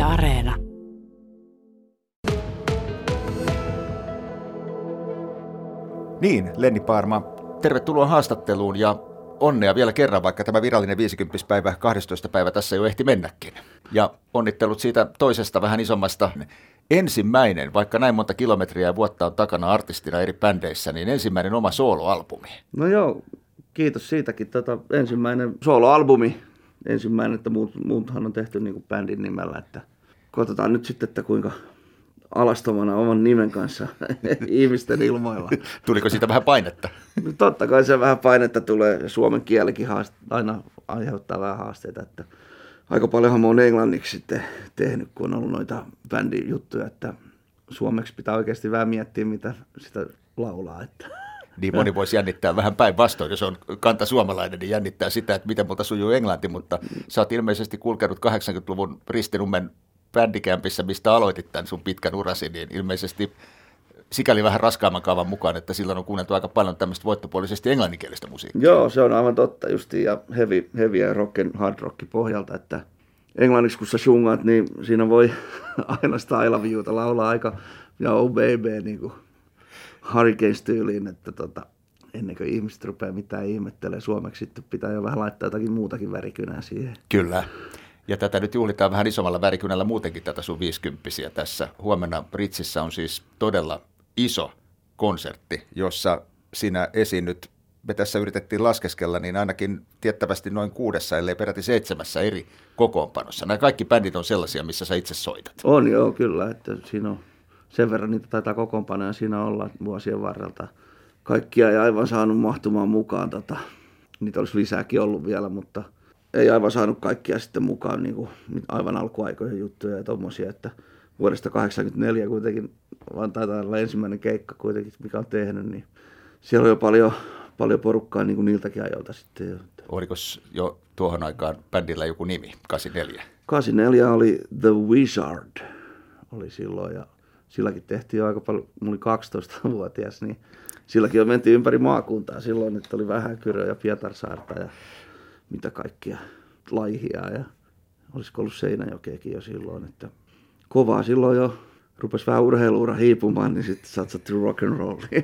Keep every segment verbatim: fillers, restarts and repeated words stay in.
Areena. Niin, Lenni Paarma, tervetuloa haastatteluun ja onnea vielä kerran, vaikka tämä virallinen viisikymmenpäivä, kahdestoista päivä tässä jo ehti mennäkin. Ja onnittelut siitä toisesta vähän isommasta. Ensimmäinen, vaikka näin monta kilometriä ja vuotta on takana artistina eri bändeissä, niin ensimmäinen oma sooloalbumi. No joo, kiitos siitäkin. Tota, ensimmäinen sooloalbumi, ensimmäinen, että muut, muuthan on tehty niin kuin bändin nimellä. Että katsotaan nyt sitten, että kuinka alastomana oman nimen kanssa ihmisten ilmoilla. Tuliko siitä vähän painetta? No, totta kai se vähän painetta tulee. Suomen kielikin haaste, aina aiheuttaa vähän haasteita. Että aika paljonhan mä oon englanniksi sitten tehnyt, kun on ollut noita bändin juttuja, että suomeksi pitää oikeasti vähän miettiä, mitä sitä laulaa. Että. Niin moni voisi jännittää vähän päinvastoin, jos on kanta suomalainen, niin jännittää sitä, että miten multa sujuu englanti, mutta sä oot ilmeisesti kulkenut kahdeksankymmentäluvun Ristinummen bändikämpissä, mistä aloitit tämän sun pitkän urasi, niin ilmeisesti sikäli vähän raskaamman kaavan mukaan, että silloin on kuunneltu aika paljon tämmöistä voittopuolisesti englanninkielistä musiikkia. Joo, se on aivan totta justiin, ja heavy, heavy ja rock and hard rock pohjalta, että englanniksi kun sä shungaat, niin siinä voi aina sitä I love youta laulaa aika, ja oh baby, niin kuin Hurricanes-tyyliin, että tota, ennen kuin ihmiset rupeaa mitään ihmettelee suomeksi, sitten pitää jo vähän laittaa jotakin muutakin värikynää siihen. Kyllä. Ja tätä nyt juhlitaan vähän isommalla värikynällä muutenkin tätä sun viisikymppisiä tässä. Huomenna Ritsissä on siis todella iso konsertti, jossa sinä esiinnyt, me tässä yritettiin laskeskella, niin ainakin tiettävästi noin kuudessa, ellei peräti seitsemässä eri kokoonpanossa. Nämä kaikki bändit on sellaisia, missä sä itse soitat. On joo, kyllä. Että siinä on sen verran niitä taitaa kokoonpanoja siinä olla vuosien varrelta. Kaikkia ei aivan saanut mahtumaan mukaan. Tota, niitä olisi lisääkin ollut vielä, mutta ei aivan saanut kaikkia sitten mukaan niin kuin aivan alkuaikoihin juttuja ja tommosia, että vuodesta kahdeksankymmentäneljä kuitenkin, vaan taitaa olla ensimmäinen keikka kuitenkin, mikä on tehnyt, niin siellä on jo paljon, paljon porukkaa niin kuin niiltäkin ajoilta sitten jo. Oliko jo tuohon aikaan bändillä joku nimi, kahdeksankymmentäneljä? kahdeksankymmentäneljä oli The Wizard, oli silloin, ja silläkin tehtiin jo aika paljon, mulla oli kaksitoistavuotias, niin silläkin jo mentiin ympäri maakuntaa silloin, että oli Vähäkyrö ja Pietarsaarta ja mitä kaikkia laihia ja olisiko ollut Seinäjokeakin jo silloin, että kovaa silloin jo rupesi vähän urheiluura hiipumaan, niin sitten satsattiin rock and rolliin.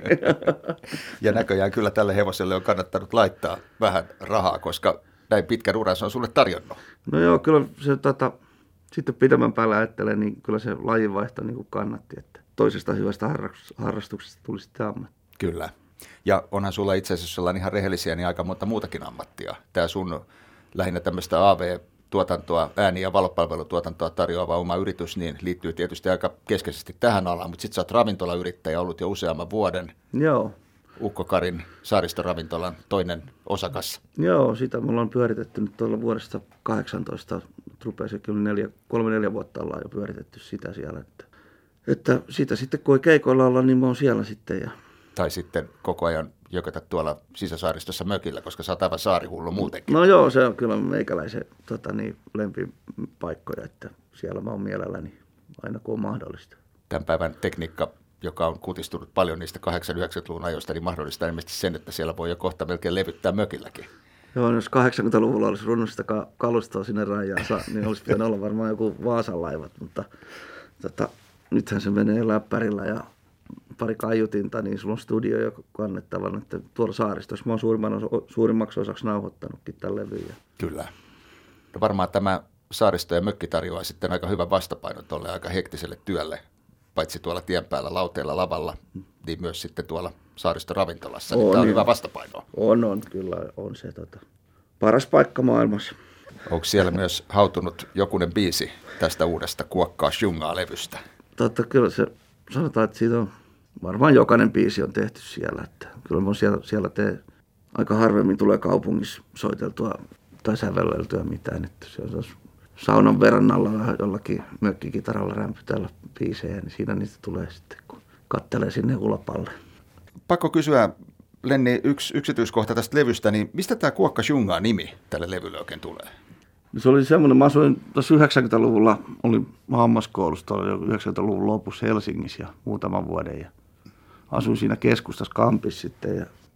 Ja näköjään kyllä tälle hevoselle on kannattanut laittaa vähän rahaa, koska näin pitkän uran se on sulle tarjonnut. No joo, kyllä se tota, sitten pidemmän päällä ajattelen, niin kyllä se lajinvaihto niin kuin kannatti, että toisesta hyvästä harrastuksesta tuli sitten ammatti. Kyllä. Ja onhan sulla itse asiassa, jos ollaan ihan rehellisiä, niin aika monta muutakin ammattia. Tämä sun lähinnä tämmöistä A V-tuotantoa, ääni- ja valopalvelutuotantoa tarjoava oma yritys, niin liittyy tietysti aika keskeisesti tähän alaan, mutta sitten sä oot ravintolayrittäjä ollut jo useamman vuoden. Joo. Ukko Karin Saaristoravintolan toinen osakas. Joo, sitä me ollaan pyöritetty nyt tuolla vuodesta kahdeksantoista, rupesi kyllä neljä, kolme neljä vuotta ollaan jo pyöritetty sitä siellä, että, että sitä sitten kun ei keikoilla olla, niin mä oon siellä sitten ja tai sitten koko ajan jökötä tuolla sisäsaaristossa mökillä, koska sä oot aivan saarihullu muutenkin. No joo, se on kyllä meikäläisen tota, niin, lempipaikkoja, että siellä mä oon mielelläni aina kun on mahdollista. Tämän päivän tekniikka, joka on kutistunut paljon niistä kahdeksankymmentä-yhdeksänkymmentäluvun ajoista, niin mahdollistaa ilmeisesti sen, että siellä voi jo kohta melkein levyttää mökilläkin. Joo, jos kahdeksankymmentäluvulla olisi runnut sitä kalustoa sinne rajaan, niin olisi pitänyt olla varmaan joku Vaasan laivat, mutta tota, nythän se menee läppärillä ja pari kaiutinta, niin sulla on studio jo kannettavana, että tuolla saaristossa mä oon suurimman osa, suurimmaksi osaksi nauhoittanutkin tämän levyyn. Kyllä. No varmaan tämä saaristo ja mökki tarjoaa sitten aika hyvän vastapainon tuolle aika hektiselle työlle, paitsi tuolla tien päällä, lauteella, lavalla, niin myös sitten tuolla saaristoravintolassa. Niin tämä on hyvä vastapaino. On, on, kyllä on se tota, paras paikka maailmassa. Onko siellä myös hautunut jokunen biisi tästä uudesta Kuokkaa Shungaa -levystä? Totta, kyllä se sanotaan, että siitä on varmaan jokainen biisi on tehty siellä. Että kyllä mä siellä, siellä tee, aika harvemmin tulee kaupungissa soiteltua tai sävelleltyä mitään. Että se on saunan verrannalla vähän jollakin mökkikitaralla rämpytellä biisejä, niin siinä niistä tulee sitten, kun kattelee sinne ulapalle. Pakko kysyä, Lenni, yksi yksityiskohta tästä levystä, niin mistä tämä Kuokka Shungaa -nimi tälle levylle oikein tulee? Se oli semmoinen, mä asuin tuossa yhdeksänkymmentäluvulla, olin hammaskoulussa tuolla yhdeksänkymmentäluvun lopussa Helsingissä ja muutaman vuoden ja asuin siinä keskustassa kampissa sitten ja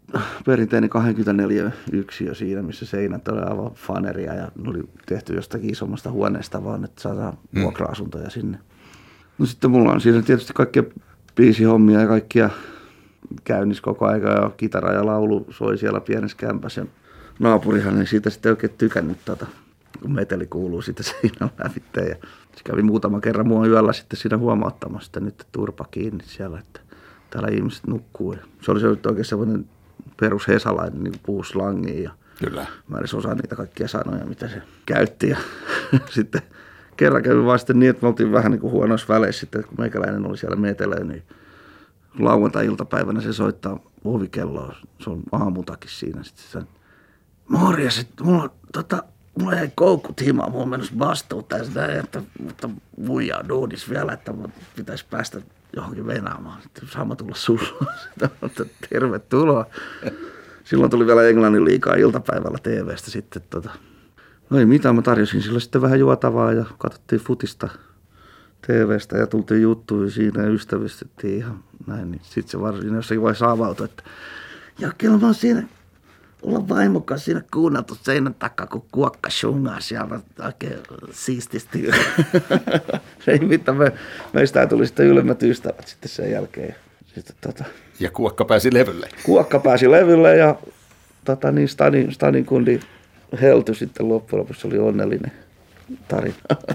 perinteinen kaksikymmentäneljä yksiö siinä, missä seinät oli aivan faneria ja ne oli tehty jostakin isommasta huoneesta vaan, että saadaan mm. vuokra-asuntoja sinne. No sitten mulla on siinä tietysti kaikkia biisihommia ja kaikkia käynnissä koko aika ja kitara ja laulu soi siellä pienessä kämpässä. Naapurihan ei siitä sitten oikein tykännyt, tota, kun meteli kuuluu siitä seinän lävitteen. Ja se kävi muutaman kerran mua yöllä sitten siinä huomauttamassa, että nyt turpa kiinni siellä, että täällä ihmiset nukkuu. Ja se oli se oikein sellainen perus hesalainen niin puuslangi ja kyllä. Mä edes osaan niitä kaikkia sanoja, mitä se käytti. Ja sitten kerran kävi vaan sitten niin, että me oltiin vähän niin kuin huonoissa väleissä sitten, kun meikäläinen oli siellä meteleen, niin lauantai-iltapäivänä se soittaa ovikelloa, se on aamutakin siinä. Sitten se sanoo, morjes, että mulla, tota, mulla jäi koukut himaan, mulla on menossa bastuun tästä, että, mutta muija on duudis vielä, että pitäisi päästä johonkin venaamaan. Sitten sama tulla sulla, että tervetuloa. Silloin tuli vielä Englannin liigaa iltapäivällä T V:stä sitten. Tota. No ei mitään, mä tarjosin sillä sitten vähän juotavaa ja katsottiin futista T V:stä ja tultiin juttuja siinä ja ystävystettiin ihan näin. Niin sitten se varsin jossakin vaiheessa avautui, että joo, kyllä mä oon siinä, olla vaimokas siinä kuunneltu seinän takaa, kun kuokka shungaa siellä oikein siististi. Ei mitään, me, meistä tuli sitten ylemmät ystävät sitten sen jälkeen. Sitten, tota, ja kuokka pääsi levylle. Kuokka pääsi levylle ja tota, niin Stadin, Stadin kundi heltyi sitten loppujen lopuksi, oli onnellinen tarina.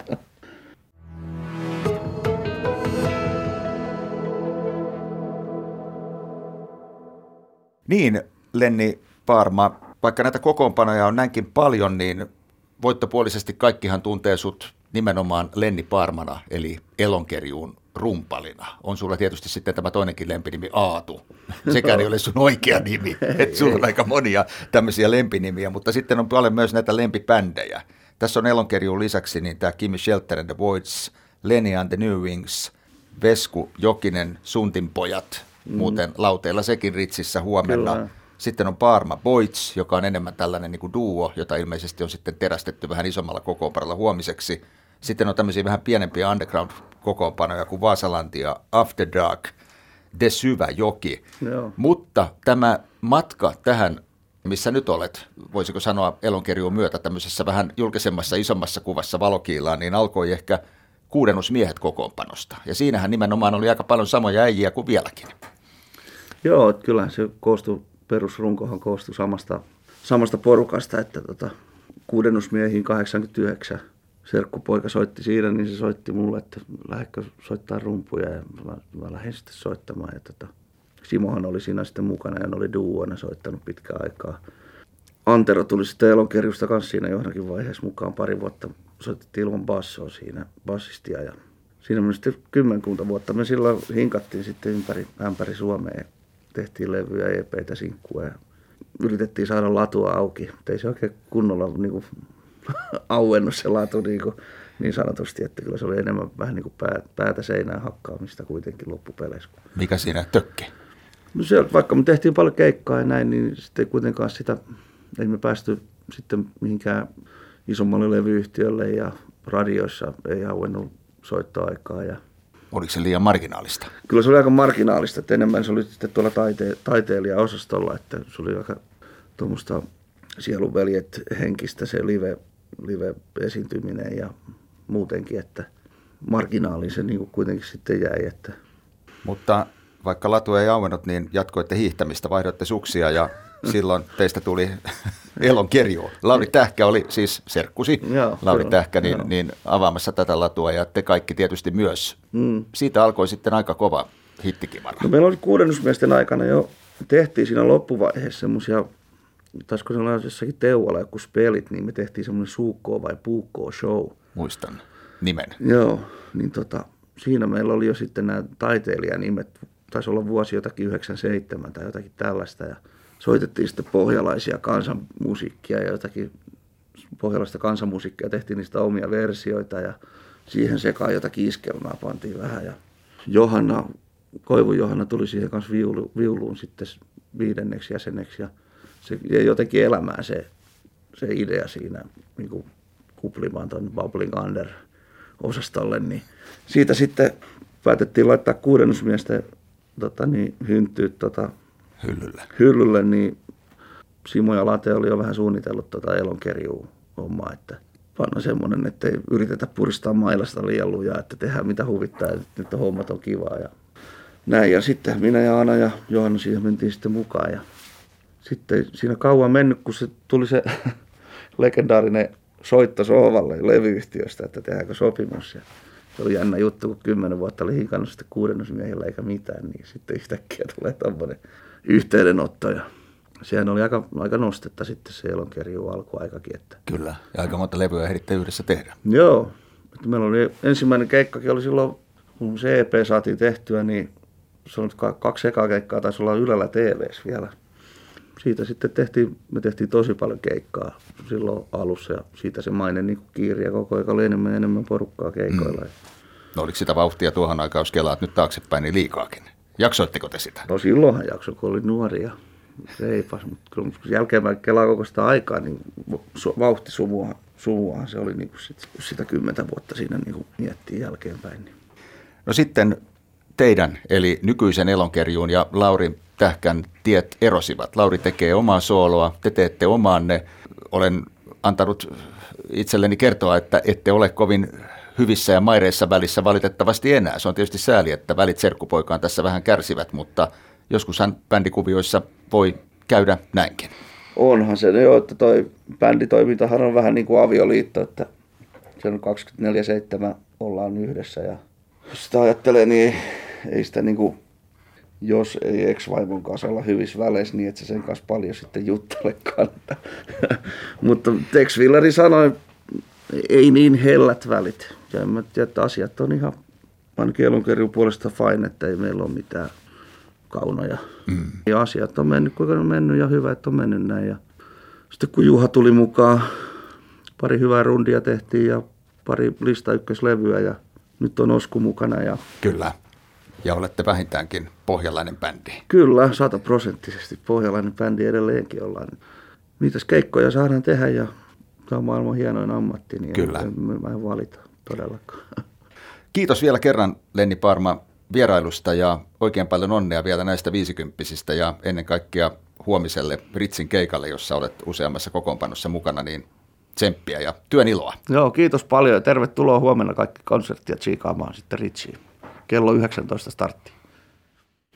Niin, Lenni Paarma, vaikka näitä kokoonpanoja on näinkin paljon, niin voittopuolisesti kaikkihan tuntee sut nimenomaan Lenni Paarmana, eli Elonkerjuun rumpalina. On sulla tietysti sitten tämä toinenkin lempinimi Aatu. Sekään ei ole sun oikea nimi. Että sulla on aika monia tämmöisiä lempinimiä, mutta sitten on paljon myös näitä lempipändejä. Tässä on Elonkerjuun lisäksi niin tämä Kimmy Shelter and the Voids, Lenny and the New Wings, Vesku Jokinen, Suntin pojat, mm. muuten lauteilla sekin Ritsissä huomenna. Kyllä. Sitten on Paarma Boys, joka on enemmän tällainen niin kuin duo, jota ilmeisesti on sitten terästetty vähän isommalla kokoonpanolla huomiseksi. Sitten on tämmöisiä vähän pienempiä underground-kokoonpanoja kuin Vaasalanti ja After Dark, The Syvä Joki. Joo. Mutta tämä matka tähän, missä nyt olet, voisiko sanoa Elonkerjuun myötä tämmöisessä vähän julkisemmassa, isommassa kuvassa Valokiilaan, niin alkoi ehkä Kuudennusmiehet kokoonpanosta. Ja siinähän nimenomaan oli aika paljon samoja äijiä kuin vieläkin. Joo, kyllä se koostui, perusrunkohan koostui samasta, samasta porukasta, että tota, Kuudennusmiehiin kahdeksankymmentäyhdeksän serkkupoika soitti siinä, niin se soitti mulle, että lähdekö soittaa rumpuja ja mä, mä lähdin sitten soittamaan. Ja tota, Simohan oli siinä sitten mukana ja ne oli duona soittanut pitkään aikaa. Antero tuli sitten Elonkerjusta kanssa siinä johonkin vaiheessa mukaan pari vuotta. Soitettiin ilman bassoa siinä, bassistia ja siinä meni sitten kymmenkunta vuotta. Me silloin hinkattiin sitten ympäri, ämpäri Suomea ja tehtiin levyjä, E P:tä, sinkkuja ja yritettiin saada latua auki. Ei se oikein kunnolla niin kuin auennut se latu niin, kuin, niin sanotusti, että kyllä se oli enemmän vähän niin kuin pää, päätä seinään hakkaamista kuitenkin loppupeleissä. Mikä siinä tökki? No se, vaikka me tehtiin paljon keikkaa ja näin, niin sitten kuitenkaan sitä, ei me päästy sitten mihinkään isommalle levyyhtiölle ja radioissa ei auennut soittoaikaa. Ja oliko se liian marginaalista? Kyllä se oli aika marginaalista, että enemmän se oli sitten tuolla taite- taiteilija-osastolla, että se oli aika tuommoista sielunveljet henkistä se live, live-esiintyminen ja muutenkin, että marginaaliin se niin kuin kuitenkin sitten jäi. Että. Mutta vaikka latu ei auennut, niin jatkoitte hiihtämistä, vaihdoitte suksia ja silloin teistä tuli Elonkerjuu. Lauri Tähkä oli siis serkkusi, joo, Lauri Tähkä, niin, niin avaamassa tätä latua ja te kaikki tietysti myös. Mm. Siitä alkoi sitten aika kova hittikimara. No, meillä oli Kuudennusmiesten aikana jo, tehtiin siinä loppuvaiheessa semmoisia, taisiko se olla jossakin Teualla joku spelit, niin me tehtiin semmoinen Suukkoo vai Puukkoo show. Muistan nimen. Joo, niin tota, siinä meillä oli jo sitten nämä taiteilijanimet, taisi olla vuosi jotakin yhdeksänkymmentäseitsemän tai jotakin tällaista ja soitettiin sitten pohjalaisia kansanmusiikkia ja jotakin pohjalaista kansanmusiikkia, tehtiin niistä omia versioita ja siihen sekaan jotakin iskelmää pantiin vähän. Ja Johanna, Koivun Johanna tuli siihen kanssa viulu, viuluun sitten viidenneksi jäseneksi ja se jäi jotenkin elämään se, se idea siinä niin kuin kuplimaan tuon Bubbling Under-osastolle, niin siitä sitten päätettiin laittaa Kuudennusmiesten tota, niin, hynttyyt tota, hyllylle. hyllylle, niin Simo ja Late oli jo vähän suunnitellut tuota elonkerjuu hommaa, että panna semmoinen, että ei yritetä puristaa mailasta liian lujaa, että tehdään mitä huvittaa, että nyt hommat on kivaa ja näin. Ja sitten minä ja Ana ja Johanna siihen mentiin sitten mukaan ja sitten siinä kauan mennyt, kun se tuli se legendaarinen soitto Sohvalle levyyhtiöstä, että tehdäänkö sopimus. Ja se oli jännä juttu, kun kymmenen vuotta oli hinkannut sitten kuudennusmiehillä eikä mitään, niin sitten yhtäkkiä tulee tommoinen yhteydenotto. Ja sehän oli aika, aika nostetta sitten se elonkerjuu alkuaikakin. Että Kyllä, ja aika monta levyä ehditte yhdessä tehdä. Joo, että meillä oli ensimmäinen keikkakin oli silloin, kun se E P saatiin tehtyä, niin se on kaksi ekaa keikkaa, taisi olla Ylellä T V:ssä vielä. Siitä sitten tehtiin, me tehtiin tosi paljon keikkaa silloin alussa ja siitä se maine niin kiiri ja koko ajan oli enemmän ja enemmän porukkaa keikoilla. Mm. No oliko sitä vauhtia tuohon aikaan, jos kelaat nyt taaksepäin, niin liikaakin? Jaksoitteko te sitä? No silloinhan jakso, kun oli nuoria. Reipas, mutta kyllä jälkeenpäin kelaa koko sitä aikaa, niin vauhtisumuahan sumuahan se oli niin kuin sit, sitä kymmentä vuotta siinä niin kuin miettii jälkeenpäin. Niin. No sitten teidän, eli nykyisen elonkerjuun ja Lauri Tähkän tiet erosivat. Lauri tekee omaa sooloa, te teette omaanne. Olen antanut itselleni kertoa, että ette ole kovin hyvissä ja maireissa välissä valitettavasti enää. Se on tietysti sääli, että välit serkkupoikaan tässä vähän kärsivät, mutta joskushan bändikuvioissa voi käydä näinkin. Onhan se jo, että toi bänditoimintahan on vähän niin kuin avioliitto, että se on kaksikymmentäneljä seitsemän ollaan yhdessä ja jos sitä ajattelee, niin ei sitä niin kuin, jos ei ex-vaimon kanssa olla hyvissä väleissä, niin et sä sen kanssa paljon sitten juttelekaan. Mutta Tex Willerin sanoi, ei niin hellät välit. Ja en mä tiedä, että asiat on ihan ainakin elonkerjun puolesta fine, että ei meillä ole mitään kaunoja. Mm. Ja asiat on mennyt, kuinka on mennyt ja hyvä, että on mennyt näin. Ja sitten kun Juha tuli mukaan, pari hyvää rundia tehtiin ja pari lista ykköslevyä ja nyt on Osku mukana. Ja Kyllä. Ja olette vähintäänkin pohjalainen bändi. Kyllä, sataprosenttisesti pohjalainen bändi edelleenkin ollaan. Mitäs keikkoja saadaan tehdä ja tämä on maailman hienoin ammatti, niin Kyllä. En, mä en valita todellakaan. Kiitos vielä kerran, Lenni Parma, vierailusta ja oikein paljon onnea vielä näistä viisikymppisistä ja ennen kaikkea huomiselle Ritsin keikalle, jossa olet useammassa kokoonpanossa mukana, niin tsemppiä ja työn iloa. Joo, kiitos paljon ja tervetuloa huomenna kaikki konserttia tsiikaamaan sitten Ritsiin. Kello yhdeksäntoista startti.